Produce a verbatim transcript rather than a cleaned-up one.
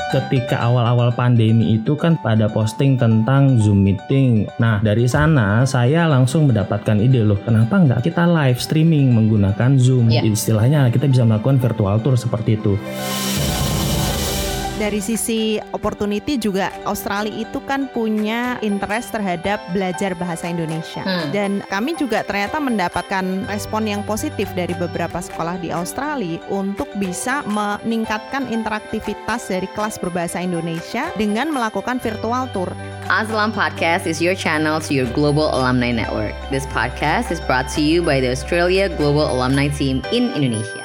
ketika awal-awal pandemi itu kan pada posting tentang Zoom meeting. Nah, dari sana saya langsung mendapatkan ide loh, kenapa nggak kita live streaming menggunakan Zoom? Yeah. Istilahnya kita bisa melakukan virtual tour seperti itu. Dari sisi opportunity juga, Australia itu kan punya interest terhadap belajar bahasa Indonesia. Hmm. Dan kami juga ternyata mendapatkan respon yang positif dari beberapa sekolah di Australia untuk bisa meningkatkan interaktivitas dari kelas berbahasa Indonesia dengan melakukan virtual tour. Aslam Podcast is your channel to your global alumni network. This podcast is brought to you by the Australia Global Alumni Team in Indonesia.